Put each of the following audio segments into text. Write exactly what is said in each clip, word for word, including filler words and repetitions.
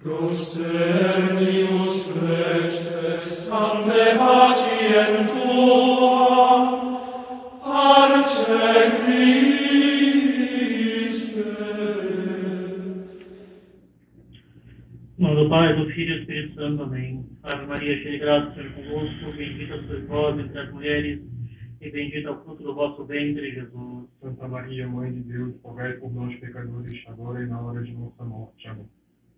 Prosternius plectes ante faciem tua, parce Christe. Em nome do Pai, do Filho e do Espírito Santo. Amém. Ave Maria, cheia de graça, o Senhor é convosco, bendita sois vós entre as mulheres, e bendito é o fruto do vosso ventre, Jesus. Santa Maria, Mãe de Deus, rogai por nós, pecadores, agora e na hora de nossa morte. Amém.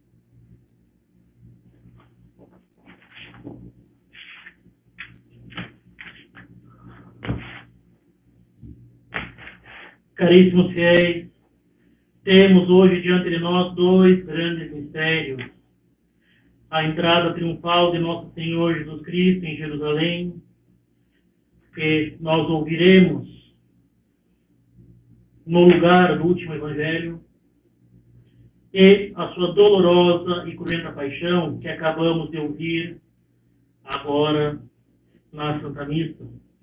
Caríssimos fiéis, temos hoje diante de nós dois grandes mistérios. A entrada triunfal de nosso Senhor Jesus Cristo em Jerusalém, que nós ouviremos no lugar do último Evangelho, e a sua dolorosa e cruenta paixão, que acabamos de ouvir agora na Santa Missa.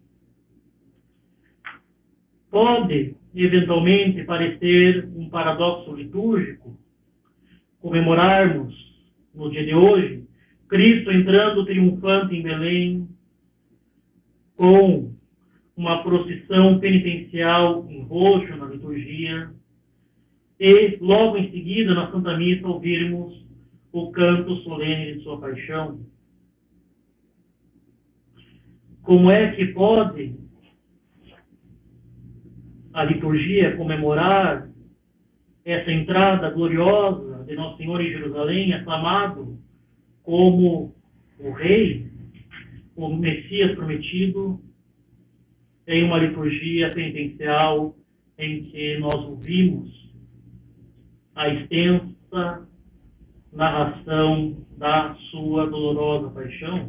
Pode, eventualmente, parecer um paradoxo litúrgico comemorarmos, no dia de hoje, Cristo entrando triunfante em Belém, com uma procissão penitencial em roxo na liturgia, e logo em seguida, na Santa Missa, ouvirmos o canto solene de sua paixão. Como é que pode a liturgia comemorar essa entrada gloriosa de Nosso Senhor em Jerusalém, aclamado como o Rei, o Messias prometido, em uma liturgia penitencial em que nós ouvimos a extensa narração da sua dolorosa paixão?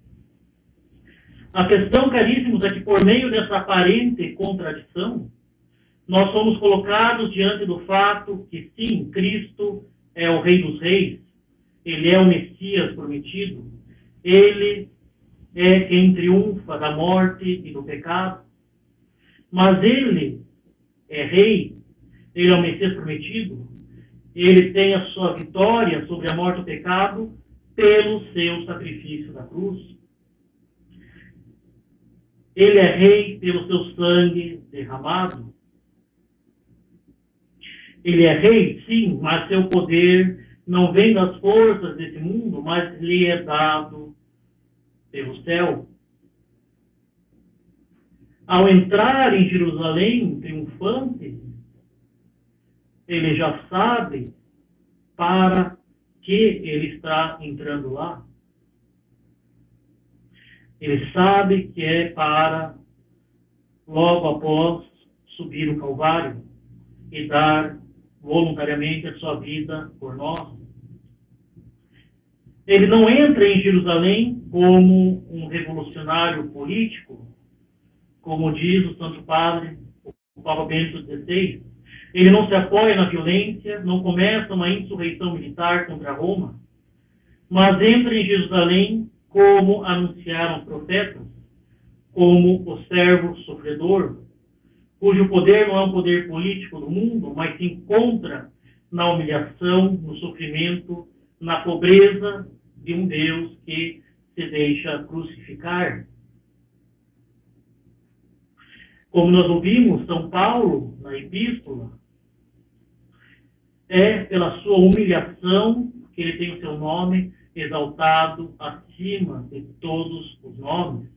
A questão, caríssimos, é que por meio dessa aparente contradição, nós somos colocados diante do fato que, sim, Cristo é o Rei dos Reis, Ele é o Messias prometido, Ele é quem triunfa da morte e do pecado, mas Ele é Rei, Ele é o Messias prometido, Ele tem a sua vitória sobre a morte e o pecado pelo seu sacrifício da cruz. Ele é Rei pelo seu sangue derramado. Ele é Rei, sim, mas seu poder não vem das forças desse mundo, mas lhe é dado pelo céu. Ao entrar em Jerusalém triunfante, ele já sabe para que ele está entrando lá. Ele sabe que é para, logo após, subir o Calvário e dar voluntariamente a sua vida por nós. Ele não entra em Jerusalém como um revolucionário político, como diz o Santo Padre, o Papa Bento dezesseis. Ele não se apoia na violência, não começa uma insurreição militar contra Roma, mas entra em Jerusalém como anunciaram os profetas, como o servo sofredor, cujo poder não é um poder político do mundo, mas se encontra na humilhação, no sofrimento, na pobreza de um Deus que se deixa crucificar. Como nós ouvimos, São Paulo, na Epístola, é pela sua humilhação que ele tem o seu nome exaltado acima de todos os nomes.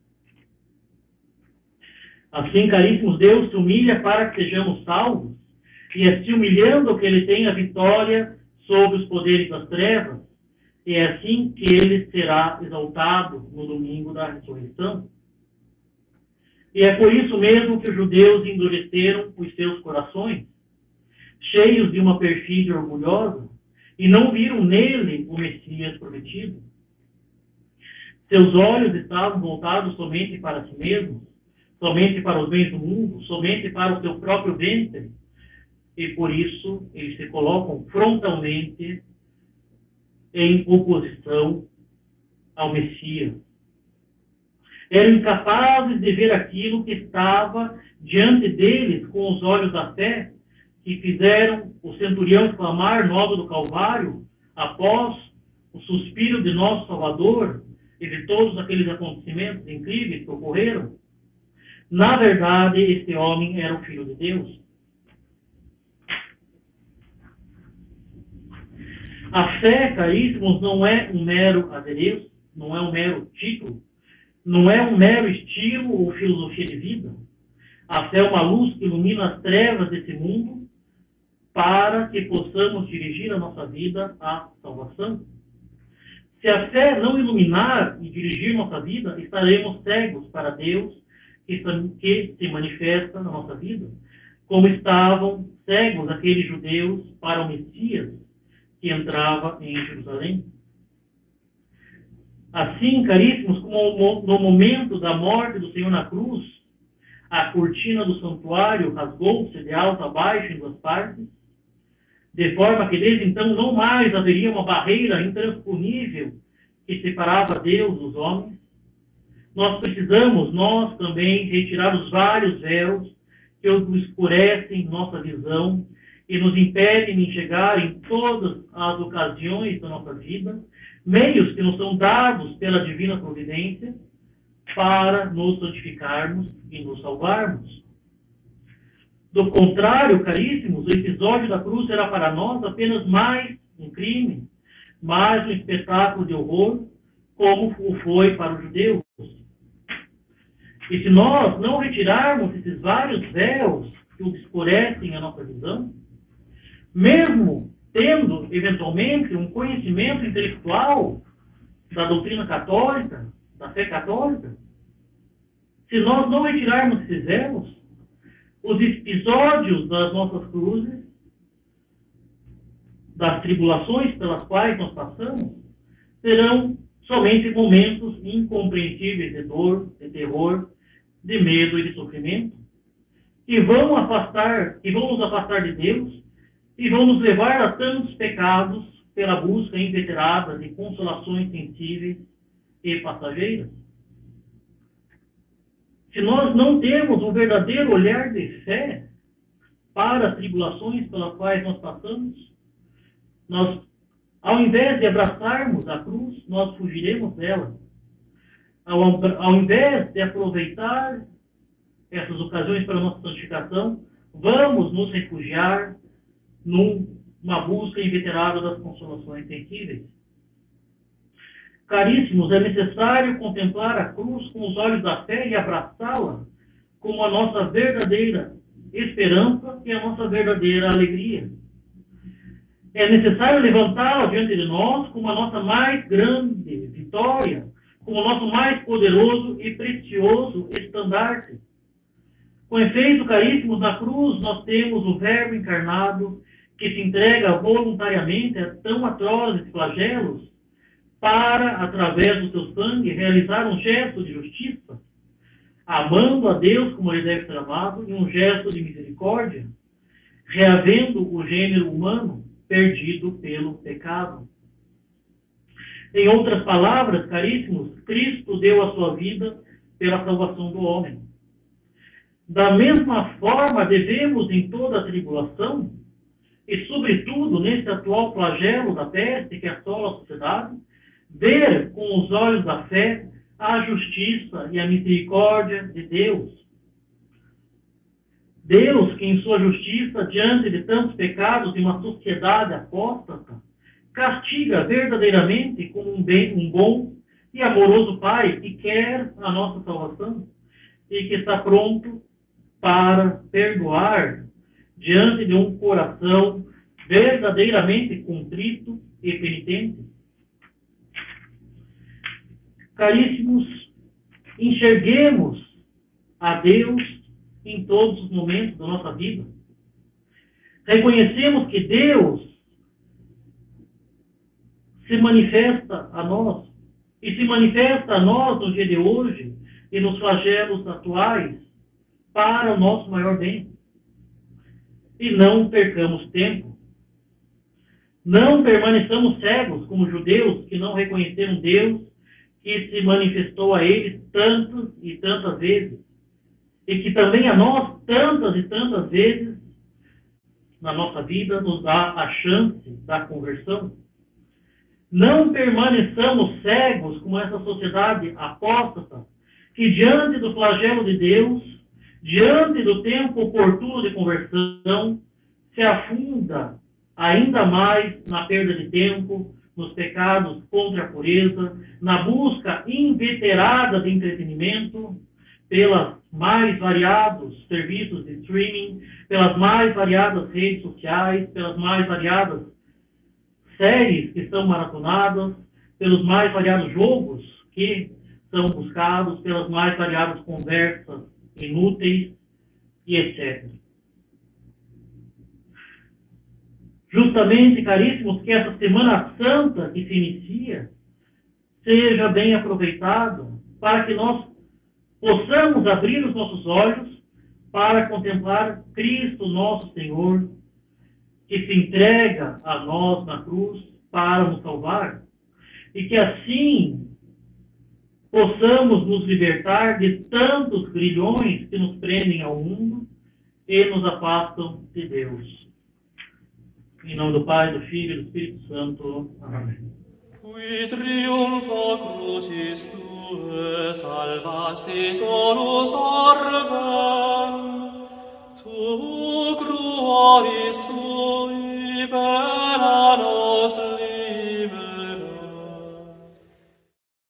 Assim, caríssimos, Deus se humilha para que sejamos salvos, e é se humilhando que ele tem a vitória sobre os poderes das trevas, e é assim que ele será exaltado no domingo da ressurreição. E é por isso mesmo que os judeus endureceram os seus corações, cheios de uma perfídia orgulhosa, e não viram nele o Messias prometido. Seus olhos estavam voltados somente para si mesmos, somente para os bens do mundo, somente para o seu próprio ventre, e por isso eles se colocam frontalmente em oposição ao Messias. Eram incapazes de ver aquilo que estava diante deles com os olhos da fé, que fizeram o centurião clamar no alto do Calvário após o suspiro de nosso Salvador e de todos aqueles acontecimentos incríveis que ocorreram, na verdade, este homem era o Filho de Deus. A fé, caríssimos, não é um mero adereço, não é um mero título, não é um mero estilo ou filosofia de vida. A fé é uma luz que ilumina as trevas desse mundo para que possamos dirigir a nossa vida à salvação. Se a fé não iluminar e dirigir nossa vida, estaremos cegos para Deus que se manifesta na nossa vida, como estavam cegos aqueles judeus para o Messias que entrava em Jerusalém. Assim, caríssimos, como no momento da morte do Senhor na cruz, a cortina do santuário rasgou-se de alto a baixo em duas partes, de forma que desde então não mais haveria uma barreira intransponível que separava Deus dos homens. Nós precisamos, nós também, retirar os vários véus que escurecem nossa visão e nos impedem de enxergar em todas as ocasiões da nossa vida, meios que nos são dados pela divina providência para nos santificarmos e nos salvarmos. Do contrário, caríssimos, o episódio da cruz será para nós apenas mais um crime, mais um espetáculo de horror, como o foi para os judeus. E se nós não retirarmos esses vários véus que obscurecem a nossa visão, mesmo tendo, eventualmente, um conhecimento intelectual da doutrina católica, da fé católica, se nós não retirarmos esses véus, os episódios das nossas cruzes, das tribulações pelas quais nós passamos, serão somente momentos incompreensíveis de dor, de terror, de medo e de sofrimento, que vão afastar, que vão nos afastar de Deus e vão nos levar a tantos pecados pela busca inveterada de consolações sensíveis e passageiras. Se nós não temos um verdadeiro olhar de fé para as tribulações pelas quais nós passamos, nós, ao invés de abraçarmos a cruz, nós fugiremos dela. Ao, ao invés de aproveitar essas ocasiões para a nossa santificação, vamos nos refugiar numa busca inveterada das consolações sensíveis. Caríssimos, é necessário contemplar a cruz com os olhos da fé e abraçá-la como a nossa verdadeira esperança e a nossa verdadeira alegria. É necessário levantá-la diante de nós como a nossa mais grande vitória, como o nosso mais poderoso e precioso estandarte. Com efeito, caríssimos, na cruz nós temos o Verbo encarnado que se entrega voluntariamente a tão atrozes flagelos para, através do seu sangue, realizar um gesto de justiça, amando a Deus como ele deve ser amado, e um gesto de misericórdia, reavendo o gênero humano perdido pelo pecado. Em outras palavras, caríssimos, Cristo deu a sua vida pela salvação do homem. Da mesma forma, devemos, em toda a tribulação, e sobretudo nesse atual flagelo da peste que assola a sociedade, ver com os olhos da fé a justiça e a misericórdia de Deus. Deus, que em sua justiça, diante de tantos pecados de uma sociedade apóstata, castiga verdadeiramente como um, bem, um bom e amoroso Pai que quer a nossa salvação e que está pronto para perdoar diante de um coração verdadeiramente contrito e penitente. Caríssimos, enxerguemos a Deus em todos os momentos da nossa vida. Reconhecemos que Deus se manifesta a nós, e se manifesta a nós no dia de hoje e nos flagelos atuais para o nosso maior bem. E não percamos tempo. Não permaneçamos cegos como judeus que não reconheceram Deus que se manifestou a eles tantas e tantas vezes, e que também a nós tantas e tantas vezes na nossa vida nos dá a chance da conversão. Não permaneçamos cegos como essa sociedade apóstata, que diante do flagelo de Deus, diante do tempo oportuno de conversão, se afunda ainda mais na perda de tempo, nos pecados contra a pureza, na busca inveterada de entretenimento, pelos mais variados serviços de streaming, pelas mais variadas redes sociais, pelas mais variadas séries que são maratonadas, pelos mais variados jogos que são buscados, pelas mais variadas conversas inúteis e etcétera. Justamente, caríssimos, que essa Semana Santa que se inicia seja bem aproveitada para que nós possamos abrir os nossos olhos para contemplar Cristo, nosso Senhor, que se entrega a nós na cruz para nos salvar, e que assim possamos nos libertar de tantos grilhões que nos prendem ao mundo e nos afastam de Deus. Em nome do Pai, do Filho e do Espírito Santo. Amém. Qui triumpho crucis tue salvasti solus orbem, tu cruoris tui per